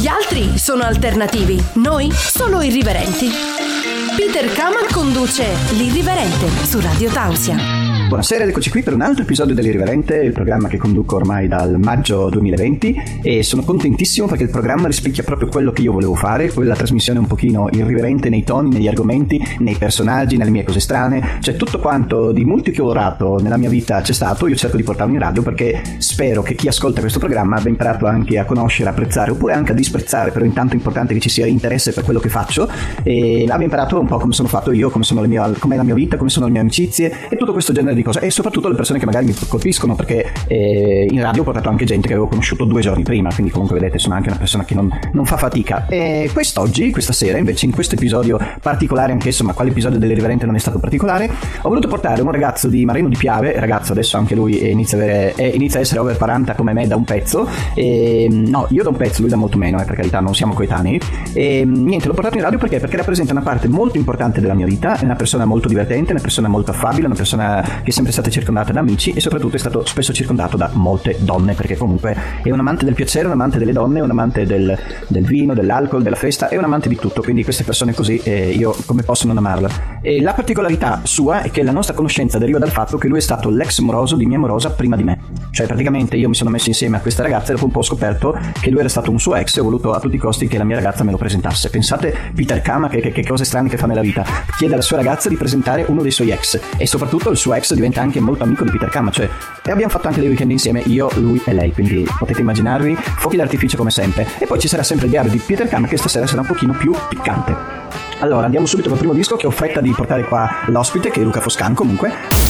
Gli altri sono alternativi, noi solo irriverenti. Peter Kamal conduce L'Irriverente su Radio Tausia. Buonasera ed eccoci qui per un altro episodio dell'Irriverente, il programma che conduco ormai dal maggio 2020, e sono contentissimo perché il programma rispecchia proprio quello che io volevo fare, quella trasmissione un pochino irriverente nei toni, negli argomenti, nei personaggi, nelle mie cose strane, cioè tutto quanto di multicolorato nella mia vita c'è stato, io cerco di portarlo in radio perché spero che chi ascolta questo programma abbia imparato anche a conoscere, apprezzare oppure anche a disprezzare, però intanto è importante che ci sia interesse per quello che faccio e abbia imparato un po' come sono fatto io, com'è la mia vita, come sono le mie amicizie e tutto questo genere di cose, e soprattutto le persone che magari mi colpiscono, perché in radio ho portato anche gente che avevo conosciuto 2 giorni prima, quindi comunque vedete sono anche una persona che non fa fatica. E questa sera invece, in questo episodio particolare anch'esso, ma quale episodio dell'Irriverente non è stato particolare, ho voluto portare un ragazzo di Marino di Piave, ragazzo adesso anche lui inizia a essere over 40 come me da un pezzo, no, io da un pezzo, lui da molto meno, per carità, non siamo coetanei, e niente, l'ho portato in radio perché rappresenta una parte molto importante della mia vita, è una persona molto divertente, una persona molto affabile, una persona che è sempre stata circondata da amici e soprattutto è stato spesso circondato da molte donne, perché comunque è un amante del piacere, un amante delle donne, un amante del vino, dell'alcol, della festa, è un amante di tutto, quindi queste persone così io come posso non amarla. E la particolarità sua è che la nostra conoscenza deriva dal fatto che lui è stato l'ex moroso di mia morosa prima di me, cioè praticamente io mi sono messo insieme a questa ragazza e dopo un po' ho scoperto che lui era stato un suo ex e ho voluto a tutti i costi che la mia ragazza me lo presentasse. Pensate Peter Kama che cose strane che fa nella vita, chiede alla sua ragazza di presentare uno dei suoi ex e soprattutto il suo ex diventa anche molto amico di Peter Kama, cioè, e abbiamo fatto anche dei weekend insieme, io, lui e lei, quindi potete immaginarvi fuochi d'artificio come sempre, e poi ci sarà sempre il diario di Peter Kama che stasera sarà un pochino più piccante. Allora andiamo subito col primo disco, che ho fretta di portare qua l'ospite, che è Luca Foscan. Comunque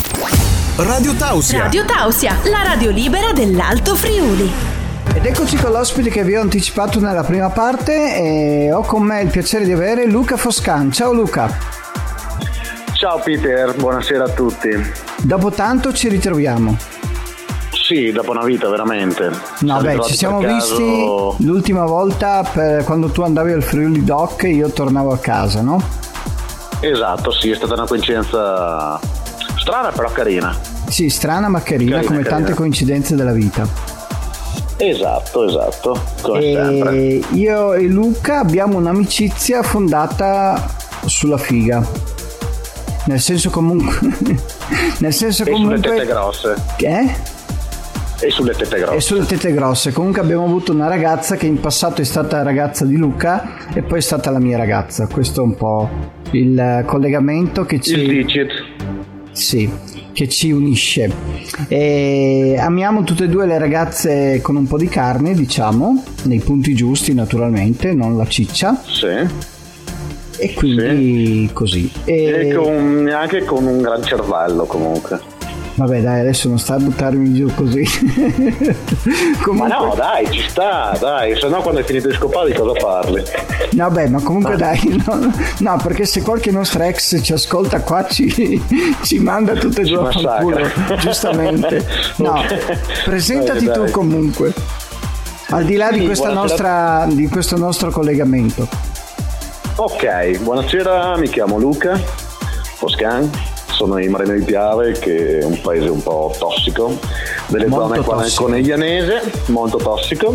Radio Tausia, la radio libera dell'Alto Friuli. Ed eccoci con l'ospite che vi ho anticipato nella prima parte, e ho con me il piacere di avere Luca Foscan. Ciao Luca. Ciao Peter, buonasera a tutti. Dopo tanto ci ritroviamo. Sì, dopo una vita veramente. No, beh, ci siamo visti l'ultima volta quando tu andavi al Friuli Doc e io tornavo a casa, no? Esatto, sì, è stata una coincidenza strana però carina. Sì, strana ma carina, come tante coincidenze della vita. Esatto, come sempre. Io e Luca abbiamo un'amicizia fondata sulla figa. Nel senso comunque sulle tette grosse. Che? E sulle tette grosse. E sulle tette grosse. Comunque abbiamo avuto una ragazza che in passato è stata ragazza di Luca e poi è stata la mia ragazza. Questo è un po' il collegamento che ci... Il digit. Sì, che ci unisce. E amiamo tutte e due le ragazze con un po' di carne, diciamo, nei punti giusti naturalmente, non la ciccia. Sì. E quindi sì. Così. E anche con un gran cervello comunque. Vabbè dai, adesso non sta a buttarmi giù così. Comunque... Ma no dai, ci sta, dai, se no quando hai finito di scopare di cosa parli? No beh, ma comunque dai, no, perché se qualche nostra ex ci ascolta qua ci manda tutte e due a fanculo, giustamente. No, presentati tu comunque, al di là di questo nostro collegamento. Ok, buonasera, mi chiamo Luca Foscan, sono in Marino di Piave, che è un paese un po' tossico, delle zone qua nel Coneglianese, molto tossico,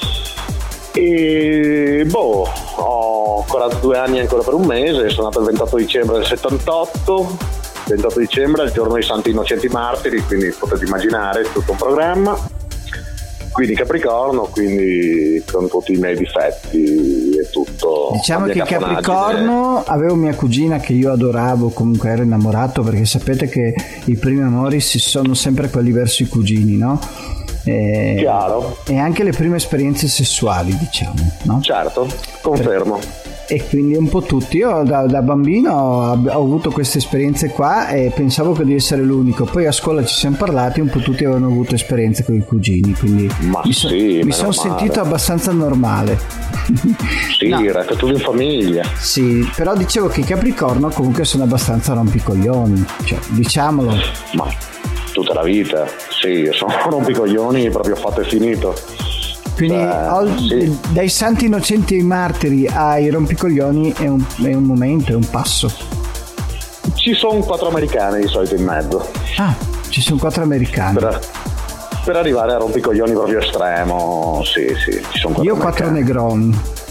e ho 42 anni ancora per un mese, sono nato il 28 dicembre del 78, 28 dicembre è il giorno dei Santi Innocenti Martiri, quindi potete immaginare tutto un programma. Quindi Capricorno, quindi con tutti i miei difetti e tutto. Diciamo che Capricorno, avevo mia cugina che io adoravo, comunque ero innamorato, perché sapete che i primi amori si sono sempre quelli verso i cugini, no? Chiaro. E anche le prime esperienze sessuali, diciamo, no? Certo, confermo. E quindi un po' tutti. Io da bambino ho avuto queste esperienze qua e pensavo di essere l'unico. Poi a scuola ci siamo parlati, un po' tutti avevano avuto esperienze con i cugini, quindi mi sono sentito abbastanza normale. Sì, no. Era tutto in famiglia. Sì, però dicevo che i Capricorno comunque sono abbastanza rompicoglioni, cioè diciamolo. Ma tutta la vita, sì, sono rompicoglioni proprio fatto e finito. Quindi sì. Dai Santi Innocenti ai Martiri ai rompicoglioni è un momento, è un passo. Ci sono 4 americane di solito in mezzo. Ah, ci sono 4 americane. Per arrivare a rompicoglioni proprio estremo, sì, ci sono 4 Io 4 negroni.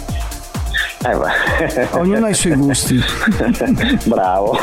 Ognuno ha i suoi gusti. Bravo.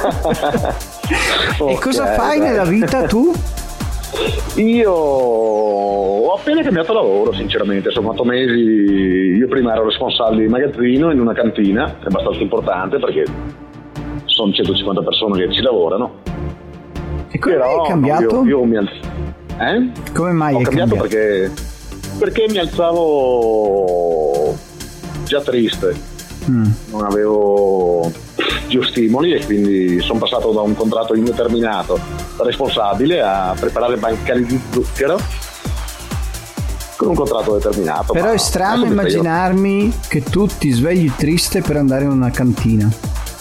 E cosa fai nella vita tu? Io ho appena cambiato lavoro, sinceramente. Sono 8 mesi. Io prima ero responsabile di magazzino in una cantina, è abbastanza importante perché sono 150 persone che ci lavorano. E come mai hai cambiato? Come mai hai cambiato? Perché mi alzavo già triste, non avevo più stimoli e quindi sono passato da un contratto indeterminato responsabile a preparare bancali di zucchero con un contratto determinato. Però è strano immaginarmi che tu ti svegli triste per andare in una cantina.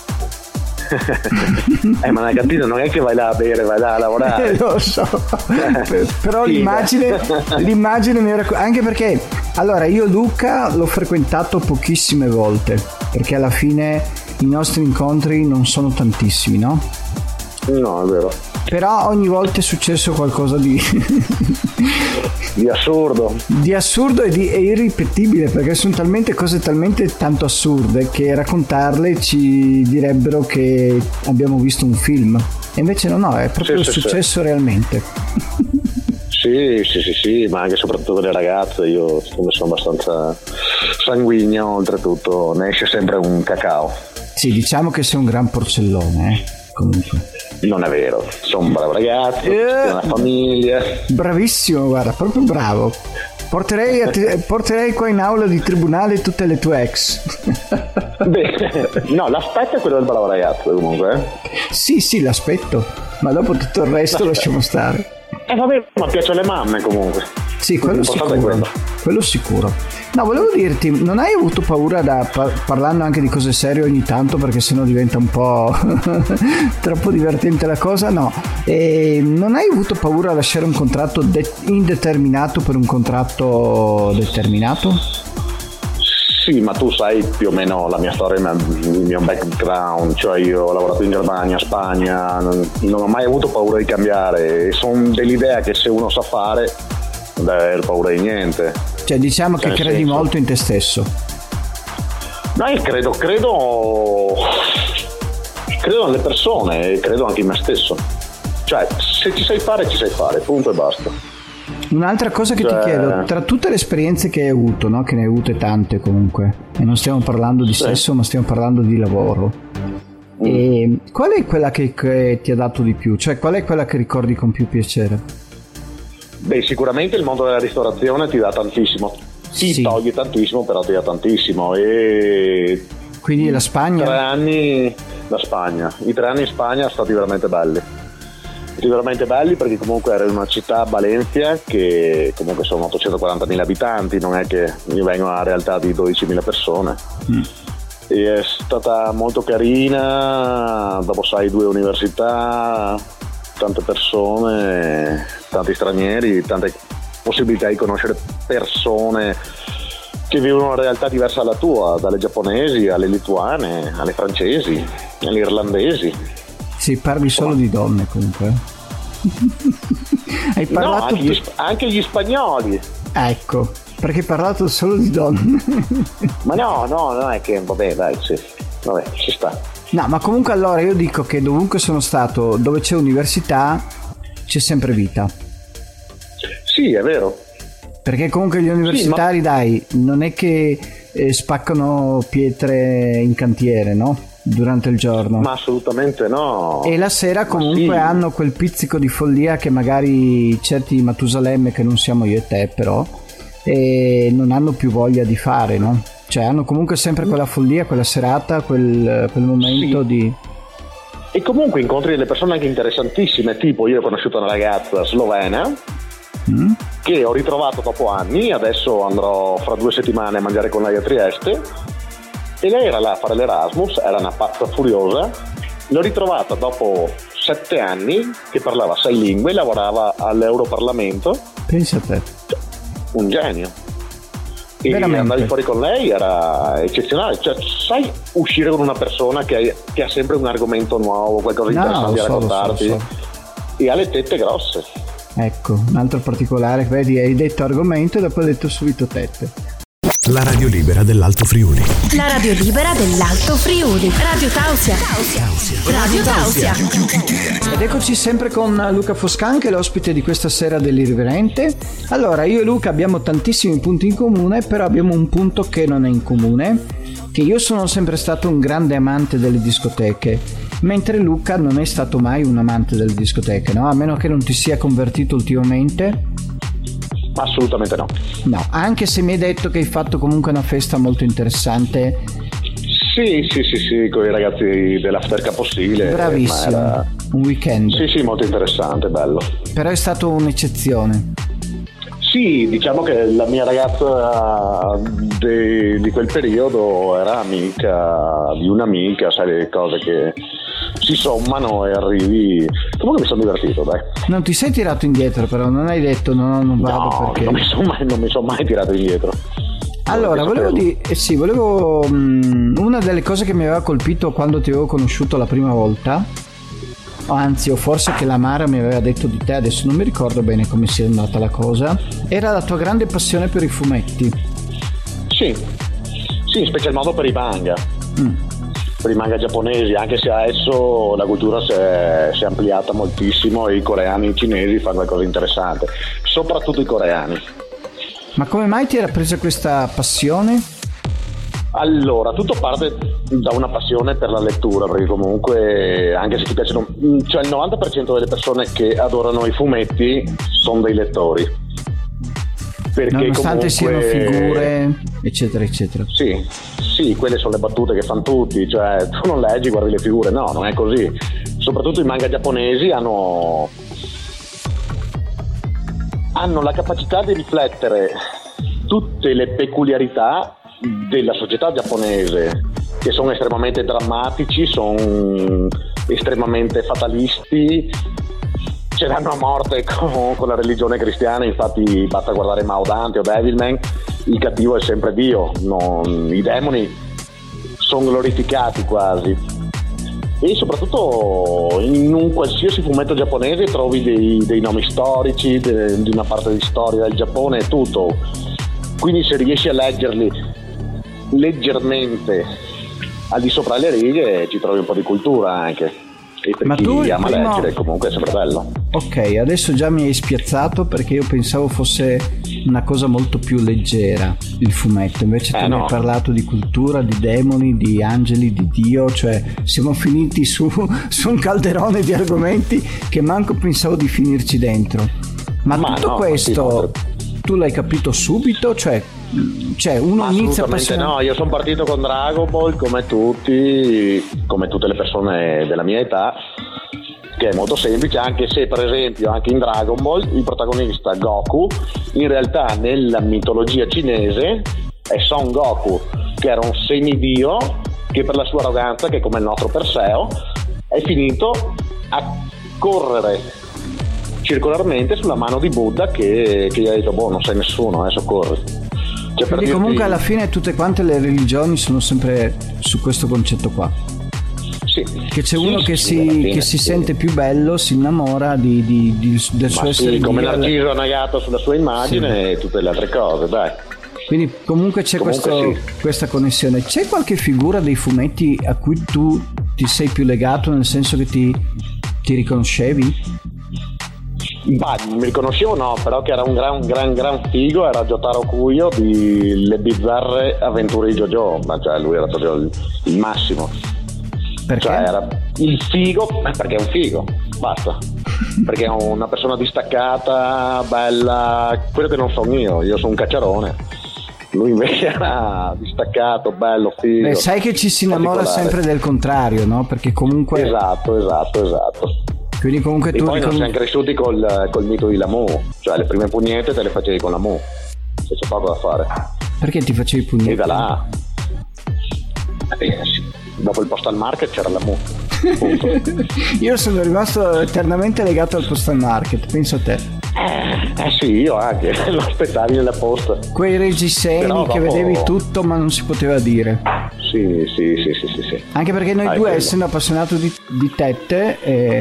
Ma la cantina non è che vai là a bere, vai là a lavorare. Lo so. Però l'immagine mi era... Anche perché allora io Luca l'ho frequentato pochissime volte, perché alla fine i nostri incontri non sono tantissimi, no? No, è vero. Però ogni volta è successo qualcosa di assurdo. Di assurdo e irripetibile, perché sono cose talmente tanto assurde che raccontarle ci direbbero che abbiamo visto un film. E invece no, è proprio successo realmente. Sì, ma anche soprattutto con le ragazze. Io sono abbastanza sanguigno, oltretutto ne esce sempre un cacao. Sì, diciamo che sei un gran porcellone, comunque. Non è vero, sono un bravo ragazzo, una famiglia. Bravissimo, guarda, proprio bravo. Porterei qua in aula di tribunale tutte le tue ex. No, l'aspetto è quello del bravo ragazzo comunque. Sì, l'aspetto, ma dopo tutto il resto lasciamo stare. Vabbè, ma piacciono le mamme comunque. Sì, quello sicuro. No, volevo dirti, non hai avuto paura parlando anche di cose serie ogni tanto, perché sennò diventa un po' troppo divertente la cosa, no? E non hai avuto paura a lasciare un contratto indeterminato per un contratto determinato? Sì, ma tu sai più o meno la mia storia, il mio background, cioè io ho lavorato in Germania, Spagna, non ho mai avuto paura di cambiare e sono dell'idea che se uno sa fare non deve avere paura di niente. Cioè diciamo che credi molto in te stesso. No, io credo nelle persone e credo anche in me stesso. Cioè se ci sai fare, punto e basta. Un'altra cosa che ti chiedo, tra tutte le esperienze che hai avuto, no? Che ne hai avute tante comunque, e non stiamo parlando di sesso ma stiamo parlando di lavoro, e qual è quella che ti ha dato di più? Cioè qual è quella che ricordi con più piacere? Beh, sicuramente il mondo della ristorazione ti dà tantissimo, ti toglie tantissimo, però ti dà tantissimo. E quindi la Spagna? I 3 anni in Spagna sono stati veramente belli perché comunque era in una città, Valencia, che comunque sono 840.000 abitanti, non è che io vengo a una realtà di 12.000 persone. E è stata molto carina, dopo sai 2 università, tante persone, tanti stranieri, tante possibilità di conoscere persone che vivono una realtà diversa dalla tua, dalle giapponesi alle lituane, alle francesi, alle irlandesi. Sì, parli solo di donne comunque. Hai parlato anche gli spagnoli. Ecco, perché hai parlato solo di donne. Ma no, è che vabbè, dai, sì. Vabbè, ci sta. No, ma comunque allora io dico che dovunque sono stato, dove c'è università, c'è sempre vita. Sì, è vero. Perché comunque gli universitari, dai, non è che spaccano pietre in cantiere, no? Durante il giorno. Ma assolutamente no. E la sera comunque hanno quel pizzico di follia che magari certi Matusalemme, che non siamo io e te però, non hanno più voglia di fare, no? Cioè hanno comunque sempre quella follia, quella serata, quel momento di... E comunque incontri delle persone anche interessantissime, tipo io ho conosciuto una ragazza slovena che ho ritrovato dopo anni, adesso andrò fra 2 settimane a mangiare con lei a Trieste, e lei era là a fare l'Erasmus, era una pazza furiosa. L'ho ritrovata dopo 7 anni che parlava 6 lingue, lavorava all'Europarlamento. Pensa a te. Un genio. E veramente. Andare fuori con lei era eccezionale, cioè sai uscire con una persona che ha sempre un argomento nuovo, qualcosa di interessante da raccontarti, e ha le tette grosse. Ecco, un altro particolare, vedi, hai detto argomento e dopo hai detto subito tette. La radio libera dell'Alto Friuli. La radio libera dell'Alto Friuli. Radio Tausia. Radio Tausia. Ed eccoci sempre con Luca Foscan, che è l'ospite di questa sera dell'Irriverente. Allora, io e Luca abbiamo tantissimi punti in comune, però abbiamo un punto che non è in comune, che io sono sempre stato un grande amante delle discoteche, mentre Luca non è stato mai un amante delle discoteche, no? A meno che non ti sia convertito ultimamente. Assolutamente no. No, anche se mi hai detto che hai fatto comunque una festa molto interessante. Sì, con i ragazzi dell'After Caposile. Bravissimo, era... un weekend. Sì, molto interessante, bello. Però è stato un'eccezione. Sì, diciamo che la mia ragazza di quel periodo era amica di un'amica, sai, le cose che si sommano e arrivi. Comunque mi sono divertito, dai. Non ti sei tirato indietro, però non hai detto no, non vado, no, perché non mi sono mai tirato indietro. Allora, volevo una delle cose che mi aveva colpito quando ti avevo conosciuto la prima volta, anzi, o forse che la Mara mi aveva detto di te, adesso non mi ricordo bene come sia andata la cosa, era la tua grande passione per i fumetti. Sì, in special modo per i manga. Per i manga giapponesi, anche se adesso la cultura si è ampliata moltissimo e i coreani e i cinesi fanno qualcosa di interessante, soprattutto i coreani. Ma come mai ti era presa questa passione? Allora, tutto parte da una passione per la lettura, perché comunque, anche se ti piacciono, cioè il 90% delle persone che adorano i fumetti sono dei lettori. Perché nonostante comunque siano figure, eccetera, eccetera. Sì, quelle sono le battute che fanno tutti, cioè tu non leggi, guardi le figure, no, non è così. Soprattutto i manga giapponesi hanno la capacità di riflettere tutte le peculiarità della società giapponese, che sono estremamente drammatici, sono estremamente fatalisti, ce l'hanno a morte con la religione cristiana. Infatti basta guardare Mao Dante o Devilman, il cattivo è sempre Dio, i demoni sono glorificati quasi. E soprattutto in un qualsiasi fumetto giapponese trovi dei nomi storici, di una parte di storia del Giappone e tutto, quindi se riesci a leggerli leggermente al di sopra le righe ci trovi un po' di cultura anche. E per chi ama leggere comunque è sempre bello. Ok, adesso già mi hai spiazzato, perché io pensavo fosse una cosa molto più leggera il fumetto, invece tu mi hai parlato di cultura, di demoni, di angeli, di Dio, cioè siamo finiti su un calderone di argomenti che manco pensavo di finirci dentro. Ma tutto questo tu l'hai capito subito? Cioè uno inizia appassionato. No, io sono partito con Dragon Ball come tutte le persone della mia età, che è molto semplice, anche se per esempio anche in Dragon Ball il protagonista Goku in realtà nella mitologia cinese è Son Goku, che era un semidio che per la sua arroganza, che è come il nostro Perseo, è finito a correre circolarmente sulla mano di Buddha che gli ha detto non sei nessuno, adesso corri. Quindi comunque alla fine tutte quante le religioni sono sempre su questo concetto qua. Sì. Che c'è uno che si sente più bello, si innamora del suo essere. Sì, come Narciso annagato sulla sua immagine e tutte le altre cose, dai. Quindi comunque c'è questa connessione. C'è qualche figura dei fumetti a cui tu ti sei più legato, nel senso che ti riconoscevi? Mi riconoscevo però che era un gran figo, era Jotaro Kuyo di Le bizzarre avventure di JoJo, ma cioè lui era proprio il massimo. Perché? Cioè era il figo, perché è un figo, basta. Perché è una persona distaccata, bella, quello che non sono io sono un cacciarone. Lui invece era distaccato, bello, figo. Sai che ci si innamora sempre del contrario, no? Perché comunque Esatto. Quindi comunque e poi non siamo cresciuti col mito di Lamu, cioè le prime pugnette te le facevi con Lamu, se c'è poco da fare. Perché ti facevi pugnette? E da là dopo il postal market c'era Lamu. Io sono rimasto eternamente legato al postal market, penso a te. Sì, io anche lo aspettavi nella posta, quei reggiseni che vedevi tutto ma non si poteva dire. Sì. Anche perché noi due, essendo appassionato di tette,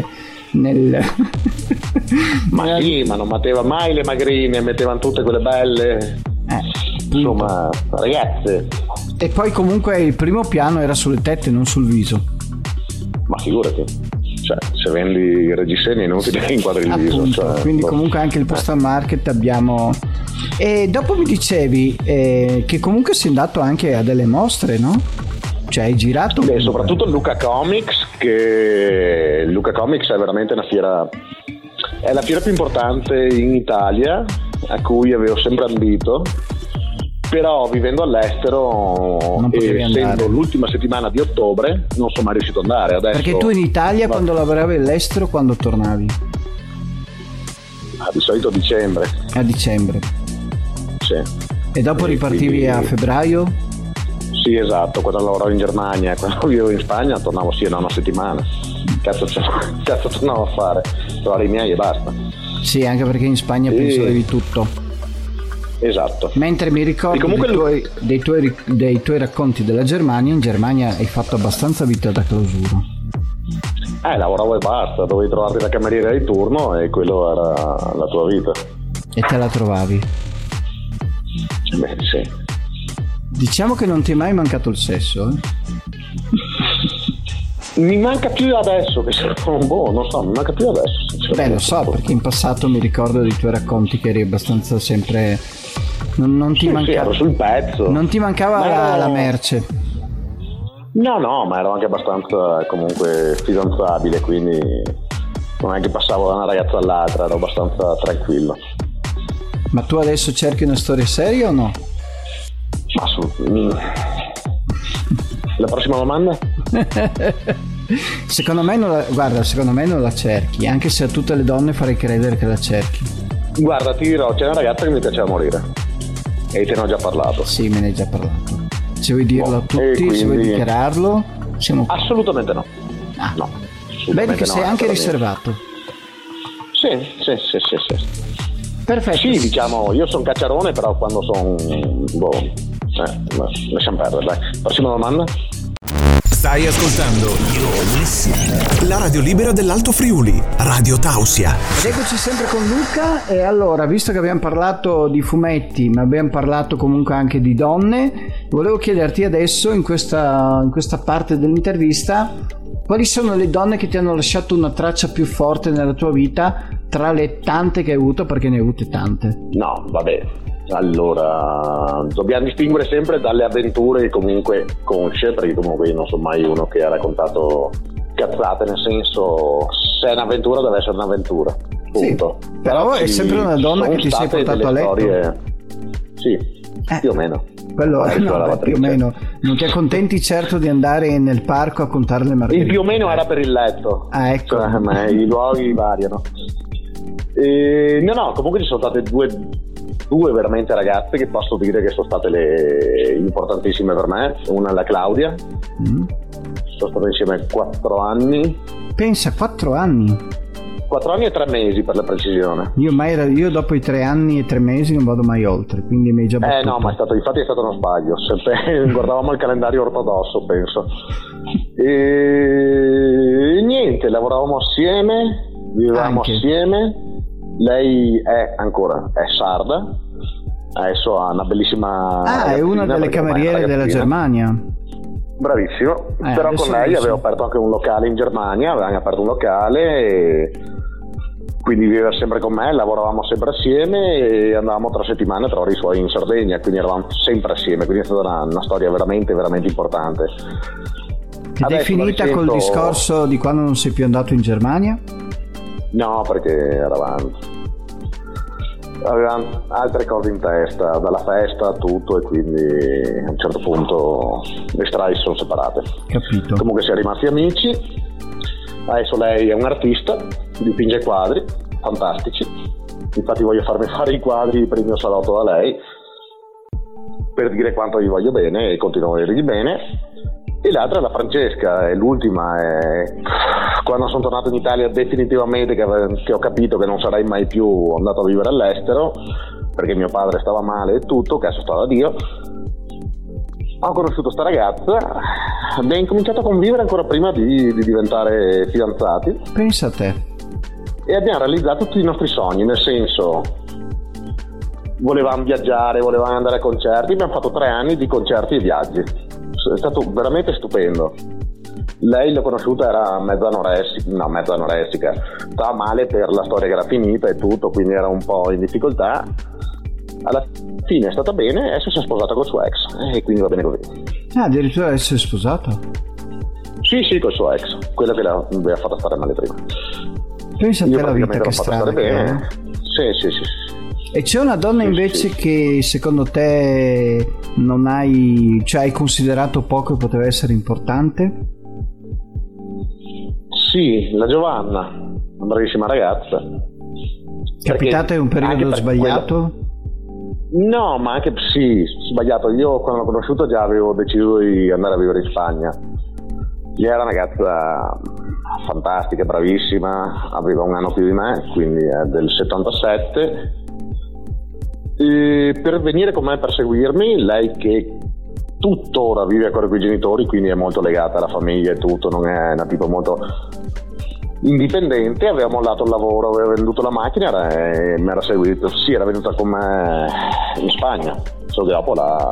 ma non metteva mai le magrine, mettevano tutte quelle belle. insomma, ragazze. E poi comunque il primo piano era sulle tette, non sul viso. Ma figurati, cioè, se vendi i reggiseni è inutile che inquadri il Appunto, viso. Cioè, quindi comunque anche il postal market abbiamo. E dopo mi dicevi che comunque sei andato anche a delle mostre, no? Cioè hai girato? Beh, soprattutto Luca Comics, che Luca Comics è veramente una fiera, è la fiera più importante in Italia, a cui avevo sempre ambito, però vivendo all'estero e essendo l'ultima settimana di ottobre non sono mai riuscito ad andare. Adesso, perché tu in Italia quando lavoravi all'estero, quando tornavi? Di solito a dicembre. A dicembre. Sì. E dopo ripartivi a febbraio? Sì, esatto, quando lavoravo in Germania, quando vivevo in Spagna tornavo una settimana. Cazzo tornavo a fare? Trovare i miei e basta. Sì, anche perché in Spagna penso avevi tutto. Esatto. Mentre mi ricordo dei tuoi racconti della Germania, in Germania hai fatto abbastanza vita da clausura. Lavoravo e basta, dovevi trovarti la cameriera di turno e quello era la tua vita. E te la trovavi? Beh, sì. Diciamo che non ti è mai mancato il sesso, Mi manca più adesso che non so, mi manca più adesso. Beh, lo so, perché in passato mi ricordo dei tuoi racconti che eri abbastanza sempre non ti mancava. Sì, ero sul pezzo. Non ti mancava la merce. No, ma ero anche abbastanza comunque fidanzabile, quindi non è che passavo da una ragazza all'altra, ero abbastanza tranquillo. Ma tu adesso cerchi una storia seria o no? La prossima domanda? Secondo me non la cerchi, anche se a tutte le donne farei credere che la cerchi. Guarda, ti dirò, c'è una ragazza che mi piaceva morire e te ne ho già parlato. Sì, me ne hai già parlato. Se vuoi dirlo a tutti, quindi... se vuoi dichiararlo, siamo... Assolutamente no. No. Vedi che sei anche riservato. Sì. Perfetto. Sì, diciamo, io sono cacciarone, però quando sono lasciamo perdere, dai. Prossima domanda. Stai ascoltando la radio libera dell'Alto Friuli, Radio Tausia. Ed eccoci sempre con Luca. E allora, visto che abbiamo parlato di fumetti, ma abbiamo parlato comunque anche di donne, volevo chiederti adesso, in questa parte dell'intervista, quali sono le donne che ti hanno lasciato una traccia più forte nella tua vita tra le tante che hai avuto, perché ne hai avute tante? No, vabbè. Allora, dobbiamo distinguere sempre dalle avventure che comunque consce, perché comunque io non sono mai uno che ha raccontato cazzate, nel senso, se è un'avventura deve essere un'avventura, punto. Sì, però è sempre una donna che ti sei portato a letto. Storie... Sì, più o meno. Quello più o meno. Non ti accontenti certo di andare nel parco a contare le margherite. Il più o meno era per il letto. Ecco. Cioè, ma i luoghi variano. No, comunque ci sono state due veramente ragazze che posso dire che sono state le importantissime per me. Una è la Claudia. Sono stato insieme 4 anni. Pensa, 4 anni? 4 anni e 3 mesi per la precisione. Io dopo i 3 anni e 3 mesi non vado mai oltre, quindi mi hai già battuto. No, ma infatti è stato uno sbaglio. Sempre guardavamo il calendario ortodosso, penso. E niente, lavoravamo assieme, vivevamo assieme. Lei è sarda, adesso ha una bellissima... è una delle cameriere della Germania. Bravissimo, però con lei avevo aperto anche un locale in Germania, avevamo aperto un locale e quindi viveva sempre con me, lavoravamo sempre assieme e andavamo 3 settimane a trovare i suoi in Sardegna, quindi eravamo sempre assieme, quindi è stata una storia veramente, veramente importante. Ed è finita col discorso di quando non sei più andato in Germania? No, perché avevamo altre cose in testa, dalla festa, tutto, e quindi a un certo punto le strade si sono separate. Capito. Comunque siamo rimasti amici. Adesso lei è un artista, dipinge quadri fantastici, infatti voglio farmi fare i quadri per il mio salotto da lei per dire quanto gli voglio bene e continuo a volergli bene. E l'altra è la Francesca, e l'ultima è quando sono tornato in Italia definitivamente che ho capito che non sarei mai più andato a vivere all'estero perché mio padre stava male e tutto, cazzo stava da Dio. Ho conosciuto sta ragazza, abbiamo incominciato a convivere ancora prima di diventare fidanzati. Pensa a te. E abbiamo realizzato tutti i nostri sogni, nel senso volevamo viaggiare, volevamo andare a concerti. Abbiamo fatto 3 anni di concerti e viaggi, è stato veramente stupendo. Lei l'ho conosciuta, era mezza anorestica, stava male per la storia che era finita e tutto, quindi era un po' in difficoltà. Alla fine è stata bene, adesso si è sposata col suo ex e quindi va bene così. Addirittura essere sposata? Sì, col suo ex, quello che l'aveva fatta stare male prima. Pensa a te la vita che strana che è. Sì. E c'è una donna invece che secondo te non hai, cioè hai considerato poco e poteva essere importante? Sì, la Giovanna, una bravissima ragazza. Capitata in un periodo sbagliato? No, ma anche sì, sbagliato. Io quando l'ho conosciuta già avevo deciso di andare a vivere in Spagna. Lei era una ragazza fantastica, bravissima, aveva un anno più di me, quindi è del 77. E per venire con me per seguirmi, lei che tuttora vive ancora con i genitori, quindi è molto legata alla famiglia e tutto, non è una tipo molto indipendente, aveva mollato il lavoro, aveva venduto la macchina e mi era seguito. Sì, era venuta con me in Spagna, solo che dopo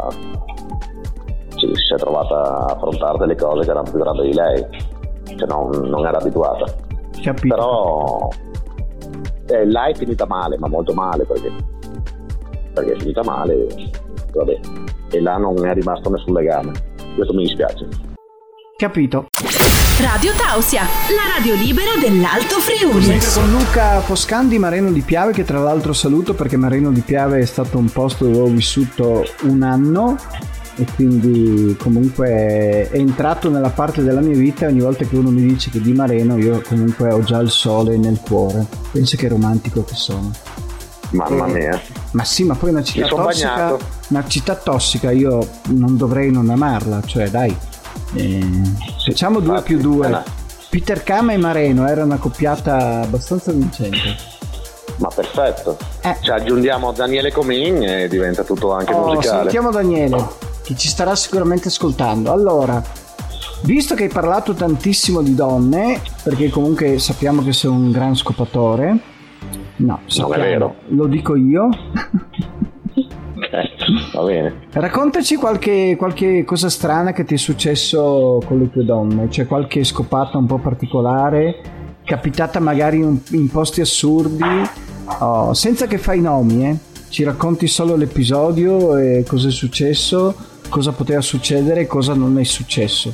si è trovata a affrontare delle cose che erano più grandi di lei, che non era abituata. Capito. Però là è finita male, ma molto male, perché è finita male, vabbè, e là non è rimasto nessun legame. Questo mi dispiace. Capito. Radio Tausia, la radio libera dell'Alto Friuli. Con Luca Foscan di Mareno di Piave, che tra l'altro saluto perché Mareno di Piave è stato un posto dove ho vissuto un anno e quindi comunque è entrato nella parte della mia vita. Ogni volta che uno mi dice che di Mareno, io comunque ho già il sole nel cuore. Penso che romantico che sono. Mamma mia. Ma sì, ma poi una città tossica, io non dovrei non amarla, cioè dai. Facciamo 2+2. Peter Kama e Mareno era una coppiata abbastanza vincente. Ma perfetto. Ci aggiungiamo Daniele Comin e diventa tutto anche musicale. Sentiamo Daniele, che ci starà sicuramente ascoltando. Allora, visto che hai parlato tantissimo di donne, perché comunque sappiamo che sei un gran scopatore. No, sappiamo, non è vero. Lo dico io. Va bene. Raccontaci qualche cosa strana che ti è successo con le tue donne, cioè qualche scopata un po' particolare, capitata magari in posti assurdi, senza che fai nomi, ci racconti solo l'episodio e cosa è successo, cosa poteva succedere e cosa non è successo.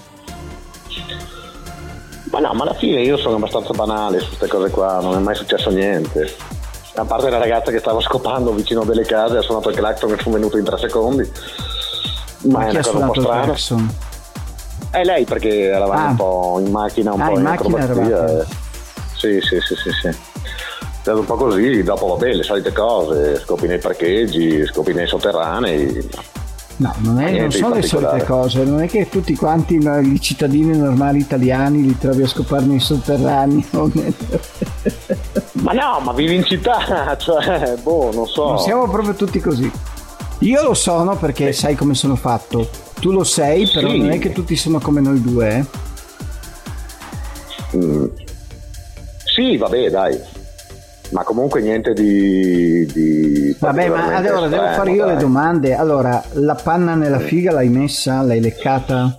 Ma no, ma alla fine io sono abbastanza banale su queste cose qua, non è mai successo niente. A parte la ragazza che stava scopando vicino delle case, ha suonato il clacson e sono venuto in 3 secondi. Ma è una cosa un po' strana. È lei, perché eravamo un po' in macchina, un po' in acrobazia. Sì. È stato un po' così, dopo vabbè, le solite cose, scopi nei parcheggi, scopi nei sotterranei. No, non sono le solite cose, non è che tutti quanti i cittadini normali italiani li trovi a scopare nei sotterranei. Ma no, ma vivi in città, cioè, non so. Non siamo proprio tutti così. Io lo sono perché sai come sono fatto. Tu lo sei, però non è che tutti sono come noi due, Sì, vabbè, dai. Ma comunque niente di vabbè, ma allora devo fare io le domande. Allora, la panna nella figa l'hai messa? L'hai leccata?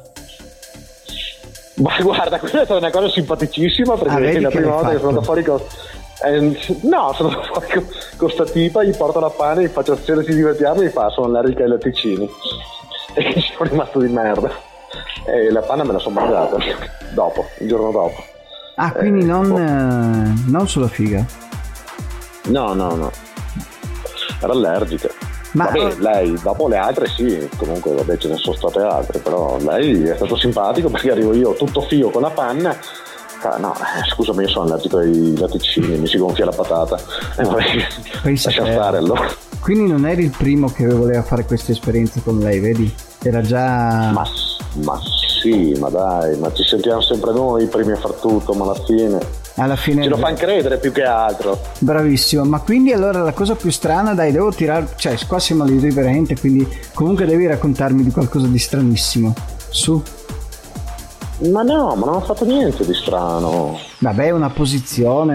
Ma guarda, questa è stata una cosa simpaticissima, perché la prima volta che sono andato fuori sono andato fuori con sta tipa, gli porto la panna, gli faccio se ci divertiamo e mi fa sono allergica ai latticini e sono rimasto di merda e la panna me la sono mangiata il giorno dopo. Quindi non sulla figa? No, era allergica. Ma vabbè, lei dopo le altre sì, comunque vabbè ce ne sono state altre, però lei è stato simpatico perché arrivo io tutto fio con la panna. No, scusami, io sono allergico ai latticini, mi si gonfia la patata. Vabbè, lascia stare allora. Quindi non eri il primo che voleva fare queste esperienze con lei, vedi? Era già... Ma sì, ma dai, ma ci sentiamo sempre noi i primi a far tutto, ma alla fine ce lo fanno credere più che altro. Bravissimo. Ma quindi allora la cosa più strana, dai, devo tirare, cioè qua siamo all'irriverente, quindi comunque devi raccontarmi di qualcosa di stranissimo, su. Ma no, ma non ho fatto niente di strano. Vabbè, una posizione,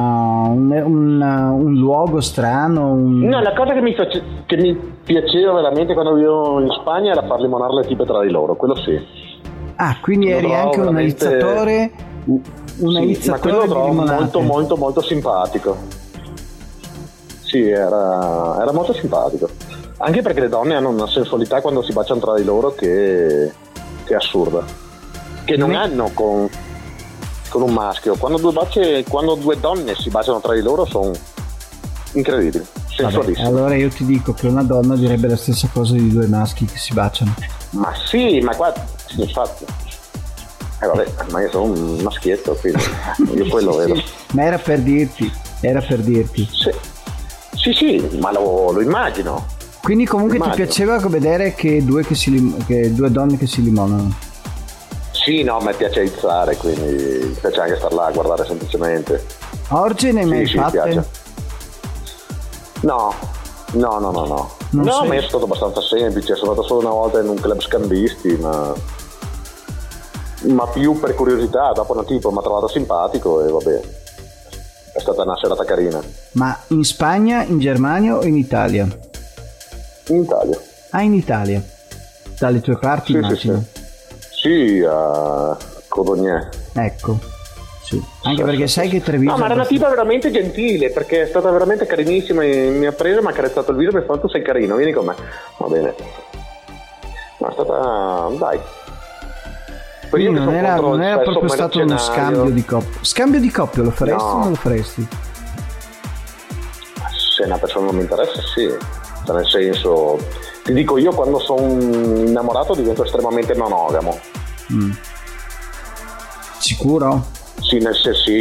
un luogo strano. No, la cosa che mi piaceva veramente quando vivevo in Spagna era far limonare le tipe tra di loro, quello sì. Ah, quindi eri anche un aizzatore? Ma quello lo trovo molto molto molto simpatico. Sì, era molto simpatico. Anche perché le donne hanno una sensualità quando si baciano tra di loro che è assurda. Che non hanno con un maschio. Quando due donne si baciano tra di loro sono incredibili, sensualissimi. Allora io ti dico che una donna direbbe la stessa cosa di due maschi che si baciano. Ma sì, ma qua infatti. Vabbè, ma io sono un maschietto, quindi io poi lo vedo. Sì, ma era per dirti. Sì, ma lo immagino. Quindi comunque ti piaceva vedere che due donne che si limonano? Sì, no, mi piace aizzare, quindi mi piace anche star là a guardare semplicemente. Orge ne hai mai fatte? Piace. No. No, ma è stato abbastanza semplice, sono andato solo una volta in un club scambisti, ma più per curiosità. Dopo un tipo mi ha trovato simpatico e vabbè, è stata una serata carina. Ma in Spagna, in Germania o in Italia? In Italia. Ah, in Italia, dalle tue parti, sì, immagino. Sì, a Codognè. Ecco, sì. Anche perché sai che Treviso... No, ma era una tipa veramente gentile, perché è stata veramente carinissima, mi ha preso, mi ha carezzato il viso e mi ha fatto: tu sei carino, vieni con me. Va bene. Ma è stata... dai. Quindi non era proprio stato uno scambio di coppia. Scambio di coppia lo faresti o non lo faresti? Se una persona non mi interessa, sì. Cioè, nel senso, ti dico, io quando sono innamorato divento estremamente monogamo. Sicuro? Sì, adesso sì,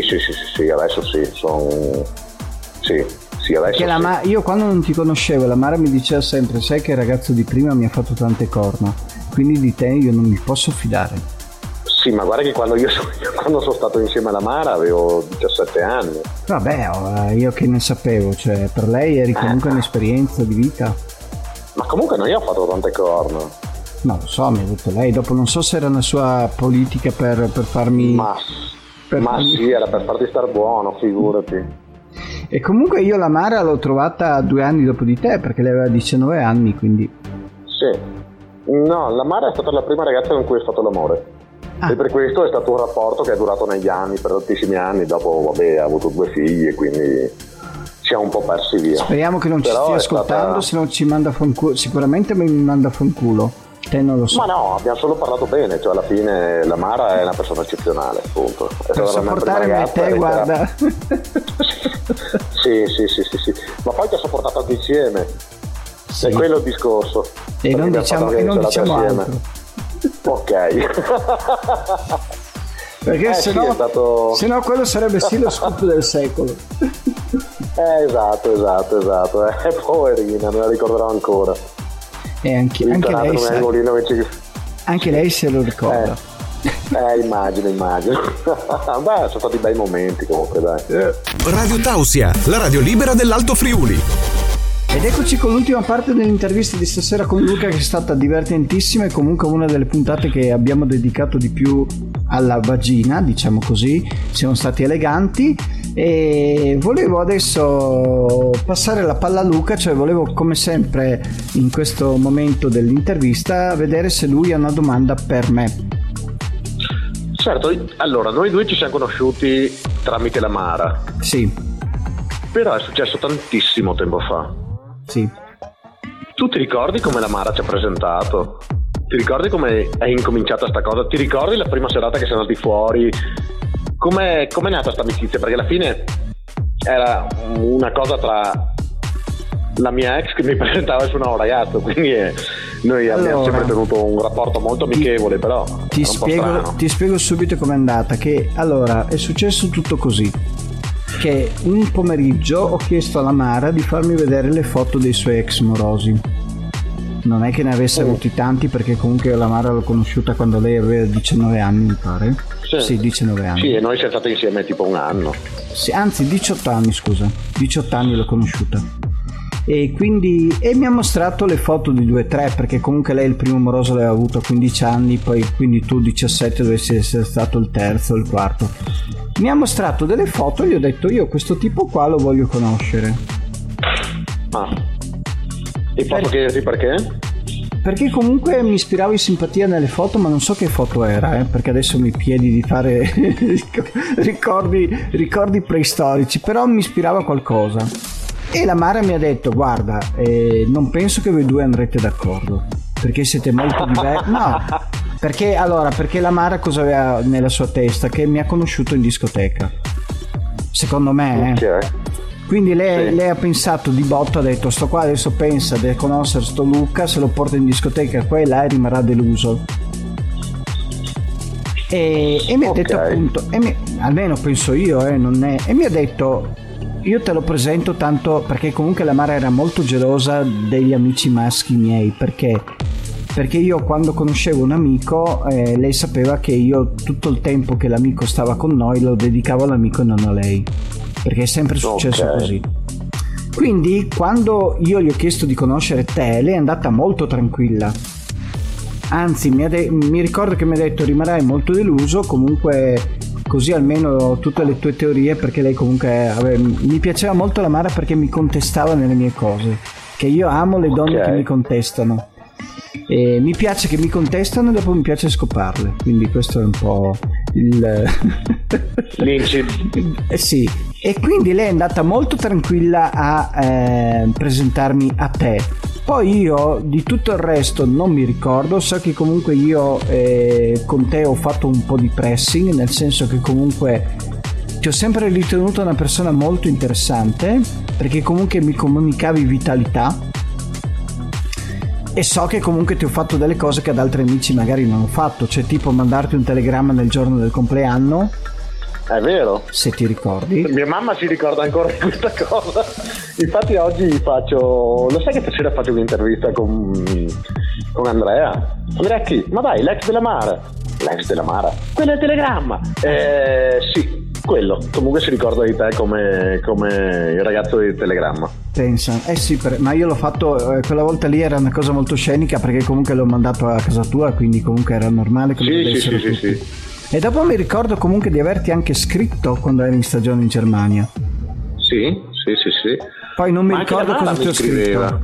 sì, adesso sì. Io quando non ti conoscevo, la Mara mi diceva sempre: sai che il ragazzo di prima mi ha fatto tante corna, quindi di te io non mi posso fidare. Sì, ma guarda che quando sono stato insieme alla Mara avevo 17 anni. Vabbè, io che ne sapevo, cioè per lei eri comunque un'esperienza di vita. Ma comunque non io ho fatto tante corna. No, lo so, mi ha detto lei. Dopo non so se era una sua politica per farmi... sì, era per farti star buono, figurati. E comunque io la Mara l'ho trovata 2 anni dopo di te, perché lei aveva 19 anni, quindi... Sì. No, la Mara è stata la prima ragazza con cui ho fatto l'amore. E per questo è stato un rapporto che è durato negli anni, per tantissimi anni. Dopo, vabbè, ha avuto 2 figli, quindi siamo un po' persi via. Speriamo che non ci stia ascoltando, se non ci manda fanculo. Sicuramente mi manda fanculo. Te non lo so. Ma no, abbiamo solo parlato bene, cioè alla fine la Mara è una persona eccezionale, appunto. Per sopportare me e te, guarda. Sì. Ma poi ti ha sopportato anche insieme. Sì. È quello il discorso. E non diciamo altro. Ok. Perché sennò quello sarebbe sì lo scoop del secolo. Esatto. Poverina, me la ricorderò ancora. E anche lei se lo ricorda. Immagino. Beh, sono stati bei momenti comunque, dai. Radio Tausia, la radio libera dell'Alto Friuli. Ed eccoci con l'ultima parte dell'intervista di stasera con Luca, che è stata divertentissima e comunque una delle puntate che abbiamo dedicato di più alla vagina, diciamo così. Siamo stati eleganti e volevo adesso passare la palla a Luca, cioè volevo, come sempre in questo momento dell'intervista, vedere se lui ha una domanda per me. Certo, allora noi due ci siamo conosciuti tramite la Mara. Sì. Però è successo tantissimo tempo fa. Sì. Tu ti ricordi come la Mara ci ha presentato? Ti ricordi come è incominciata sta cosa? Ti ricordi la prima serata che siamo andati fuori? Com'è nata sta amicizia? Perché alla fine era una cosa tra la mia ex che mi presentava il suo nuovo ragazzo, quindi noi abbiamo sempre tenuto un rapporto molto amichevole, però ti spiego subito com'è andata. Che allora è successo tutto così, che un pomeriggio ho chiesto alla Mara di farmi vedere le foto dei suoi ex morosi. Non è che ne avesse avuti tanti, perché comunque la Mara l'ho conosciuta quando lei aveva 19 anni, mi pare. Sì, 19 anni. Sì, e noi siamo stati insieme tipo un anno. Sì, anzi 18 anni, scusa. 18 anni l'ho conosciuta. e quindi mi ha mostrato le foto di 2-3, perché comunque lei il primo amoroso l'aveva avuto a 15 anni, poi quindi tu 17 dovresti essere stato il terzo o il quarto. Mi ha mostrato delle foto e gli ho detto: io questo tipo qua lo voglio conoscere. E posso chiederti perché? Perché comunque mi ispiravo in simpatia nelle foto, ma non so che foto era, perché adesso mi piedi di fare ricordi preistorici, però mi ispirava qualcosa. E la Mara mi ha detto: guarda, non penso che voi due andrete d'accordo, perché siete molto diversi. No, perché la Mara cosa aveva nella sua testa? Che mi ha conosciuto in discoteca, secondo me. Okay. Quindi lei ha pensato di botto, ha detto: sto qua adesso pensa di conoscere sto Luca, se lo porta in discoteca qua e là e rimarrà deluso. E mi ha detto appunto, almeno penso io, non è, e mi ha detto: io te lo presento tanto, perché comunque la Mara era molto gelosa degli amici maschi miei, perché io quando conoscevo un amico, lei sapeva che io tutto il tempo che l'amico stava con noi lo dedicavo all'amico e non a lei, perché è sempre successo così. Quindi quando io gli ho chiesto di conoscere te, lei è andata molto tranquilla, anzi mi ricordo che mi ha detto: rimarrai molto deluso, comunque così almeno tutte le tue teorie, perché lei comunque mi piaceva molto la Mara perché mi contestava nelle mie cose, che io amo le donne che mi contestano, e mi piace che mi contestano e dopo mi piace scoparle, quindi questo è un po' sì. E quindi lei è andata molto tranquilla a presentarmi a te. Poi io di tutto il resto non mi ricordo, so che comunque io con te ho fatto un po' di pressing, nel senso che comunque ti ho sempre ritenuto una persona molto interessante, perché comunque mi comunicavi vitalità, e so che comunque ti ho fatto delle cose che ad altri amici magari non ho fatto, cioè tipo mandarti un telegramma nel giorno del compleanno. È vero, se ti ricordi. Mia mamma si ricorda ancora di questa cosa, infatti oggi lo sai che stasera faccio un'intervista con Andrea chi? Ma dai, l'ex della Mara, quello del telegramma, sì, quello comunque si ricorda di te come il ragazzo del telegramma. Pensa, sì, ma io l'ho fatto quella volta lì, era una cosa molto scenica, perché comunque l'ho mandato a casa tua, quindi comunque era normale che sì. E dopo mi ricordo comunque di averti anche scritto quando eri in stagione in Germania. Sì. Poi non mi ricordo cosa ti ho scritto.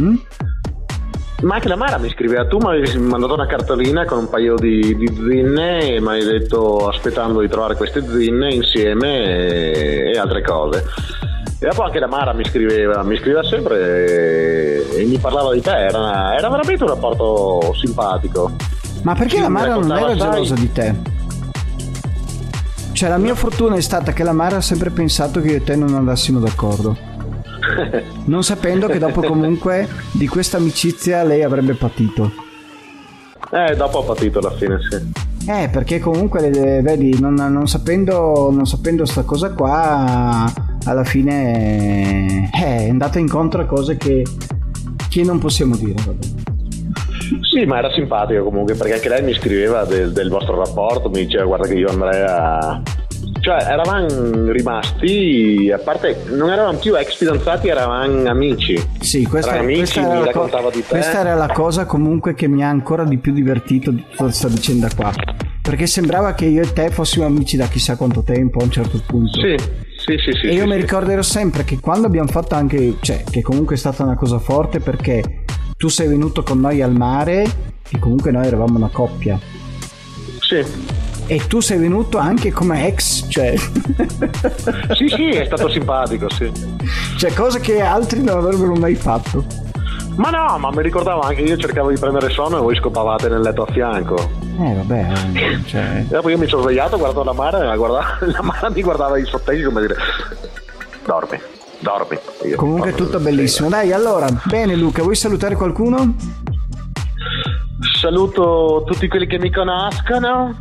Ma anche la Mara mi scriveva, tu mi avevi mandato una cartolina con un paio di zinne e mi hai detto aspettando di trovare queste zinne insieme e altre cose. E dopo anche la Mara mi scriveva sempre e mi parlava di te, era veramente un rapporto simpatico. Ma perché la Mara non era gelosa di te? Cioè la mia fortuna è stata che la Mara ha sempre pensato che io e te non andassimo d'accordo, non sapendo che dopo comunque di questa amicizia lei avrebbe patito. Dopo ho patito alla fine, sì. Perché comunque vedi, non sapendo sta cosa qua, alla fine è andata incontro a cose che non possiamo dire, vabbè. Sì, ma era simpatico comunque, perché anche lei mi scriveva del vostro rapporto, mi diceva: guarda che io Andrea, cioè eravamo rimasti, a parte non eravamo più ex fidanzati, eravamo amici. Sì, questa era la cosa comunque che mi ha ancora di più divertito di tutta questa vicenda qua, perché sembrava che io e te fossimo amici da chissà quanto tempo a un certo punto. Sì. E io mi ricorderò sempre che quando abbiamo fatto anche, cioè che comunque è stata una cosa forte, perché tu sei venuto con noi al mare e comunque noi eravamo una coppia. Sì. E tu sei venuto anche come ex, cioè. Sì, è stato simpatico, sì. Cioè cose che altri non avrebbero mai fatto. Ma no, ma mi ricordavo anche io, cercavo di prendere sonno e voi scopavate nel letto a fianco. Vabbè, cioè. E dopo io mi sono svegliato, guardato la Mara e la Mara mi guardava i sottecchi come dire: dormi. Io comunque tutto bellissimo. Dai, allora, bene Luca, vuoi salutare qualcuno? Saluto tutti quelli che mi conoscono,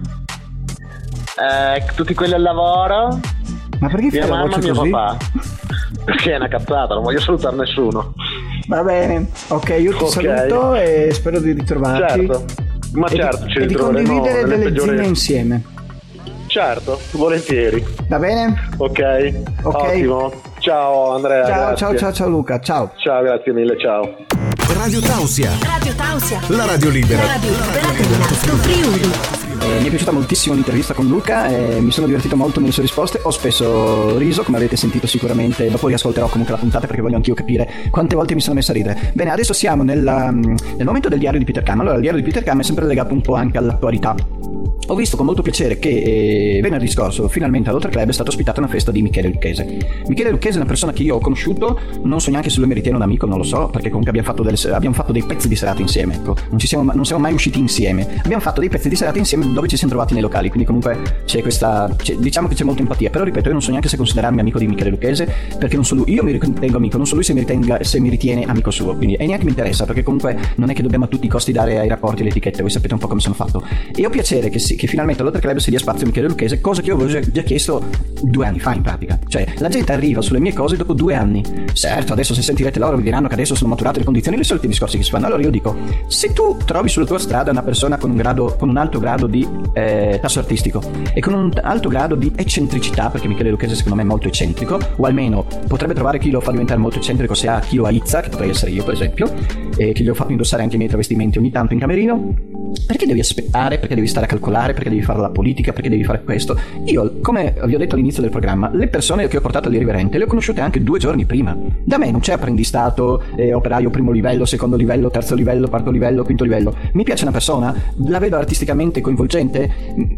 tutti quelli al lavoro. Ma perché mia fai mamma e mio così? papà? Perché è una cazzata, non voglio salutare nessuno. Va bene, ok, io ti saluto e spero di ritrovarti. Certo, ma certo, ci e di condividere delle zinne insieme. Certo, volentieri. Va bene? Ok. Ottimo. Ciao Andrea. Ciao Luca, ciao. Ciao, grazie mille, ciao. Radio Tausia. Radio Tausia. La radio libera. La radio libera dell'Alto Friuli. Mi è piaciuta moltissimo l'intervista con Luca e mi sono divertito molto nelle sue risposte. Ho spesso riso, come avete sentito sicuramente. Dopo riascolterò comunque la puntata perché voglio anch'io capire quante volte mi sono messo a ridere. Bene, adesso siamo nel momento del diario di Peter Kam. Allora, il diario di Peter Kam è sempre legato un po' anche all'attualità. Ho visto con molto piacere che venerdì scorso finalmente all'Oltre Club è stata ospitata una festa di Michele Lucchese. Michele Lucchese è una persona che io ho conosciuto, non so neanche se lui mi ritiene un amico, non lo so, perché comunque abbiamo fatto dei pezzi di serata insieme, ecco. Non siamo mai usciti insieme. Abbiamo fatto dei pezzi di serata insieme dove ci siamo trovati nei locali, quindi comunque diciamo che c'è molta empatia. Però ripeto, io non so neanche se considerarmi amico di Michele Lucchese, perché non so lui, io mi ritengo amico, non so lui se mi ritiene amico suo, quindi e neanche mi interessa, perché comunque non è che dobbiamo a tutti i costi dare ai rapporti le etichette, voi sapete un po' come sono fatto. E ho piacere che finalmente all'Oltre Club si dia spazio a Michele Lucchese, cosa che io avevo già chiesto 2 anni fa in pratica. Cioè, la gente arriva sulle mie cose dopo 2 anni. Certo, adesso se sentirete loro vi diranno che adesso sono maturate le condizioni, i soliti discorsi che si fanno. Allora io dico, se tu trovi sulla tua strada una persona con un alto grado di tasso artistico e con un alto grado di eccentricità, perché Michele Lucchese secondo me è molto eccentrico, o almeno potrebbe trovare chi lo fa diventare molto eccentrico se ha chi lo aizza, che potrei essere io per esempio, e che gli ho fatto indossare anche i miei travestimenti ogni tanto in camerino. Perché devi aspettare? Perché devi stare a calcolare? Perché devi fare la politica? Perché devi fare questo? Io, come vi ho detto all'inizio del programma, le persone che ho portato all'Irriverente le ho conosciute anche 2 giorni prima. Da me non c'è apprendistato, operaio primo livello, secondo livello, terzo livello, quarto livello, quinto livello. Mi piace una persona, la vedo artisticamente coinvolgente,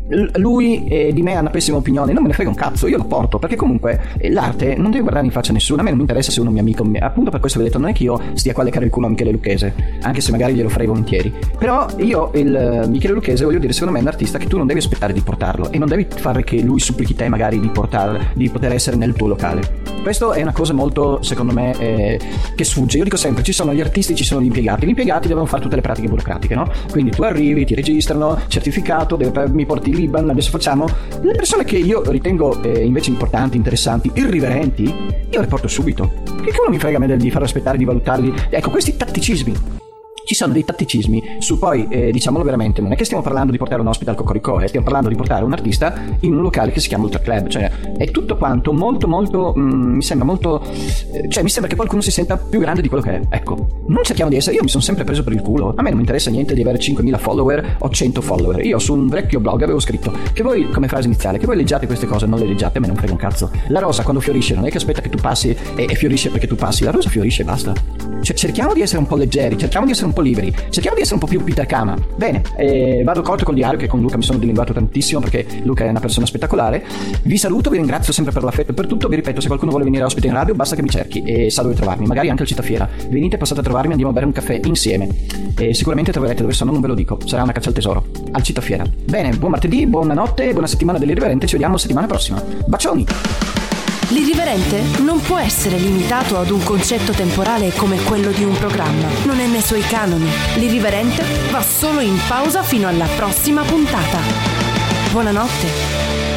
lui di me ha una pessima opinione, non me ne frega un cazzo, io lo porto, perché comunque l'arte non deve guardare in faccia a nessuno. A me non mi interessa se uno è mio amico, appunto per questo vi ho detto, non è che io stia qua a leccare il culo a Michele Lucchese, anche se magari glielo farei volentieri. Però io Michele Lucchese, voglio dire, secondo me è un artista che tu non devi aspettare di portarlo e non devi fare che lui supplichi te magari di poter essere nel tuo locale. Questo è una cosa molto, secondo me, che sfugge. Io dico sempre, ci sono gli artisti, ci sono gli impiegati devono fare tutte le pratiche burocratiche, no? Quindi tu arrivi, ti registrano, certificato, mi porti l'IBAN, adesso facciamo le persone che io ritengo invece importanti, interessanti, irriverenti, io le porto subito. Che uno mi frega a me di far aspettare, di valutarli. Ecco, questi tatticismi. Ci sono dei tatticismi su poi, diciamolo veramente, non è che stiamo parlando di portare un ospite al Cocorico, stiamo parlando di portare un artista in un locale che si chiama Ultra Club, cioè è tutto quanto molto mi sembra molto, cioè mi sembra che qualcuno si senta più grande di quello che è. Ecco, non cerchiamo di essere, io mi sono sempre preso per il culo, a me non mi interessa niente di avere 5.000 follower o 100 follower. Io su un vecchio blog avevo scritto che voi, come frase iniziale, che voi leggiate queste cose, non le leggiate, a me non frega un cazzo. La rosa quando fiorisce non è che aspetta che tu passi e fiorisce perché tu passi, la rosa fiorisce e basta. Cioè, cerchiamo di essere un po' leggeri, cerchiamo di essere un po' liberi, cerchiamo di essere un po' più Peter Kama. Bene, vado corto col diario, che con Luca mi sono dilinguato tantissimo perché Luca è una persona spettacolare. Vi saluto, vi ringrazio sempre per l'affetto e per tutto. Vi ripeto, se qualcuno vuole venire ospite in radio basta che mi cerchi e sa dove trovarmi, magari anche al Cittafiera. Venite, passate a trovarmi, andiamo a bere un caffè insieme e sicuramente troverete dove sono, non ve lo dico, sarà una caccia al tesoro al Cittafiera. Bene, buon martedì, buonanotte, buona settimana dell'Irriverente, ci vediamo settimana prossima. Bacioni! L'irriverente non può essere limitato ad un concetto temporale come quello di un programma. Non è nei suoi canoni. L'irriverente va solo in pausa fino alla prossima puntata. Buonanotte.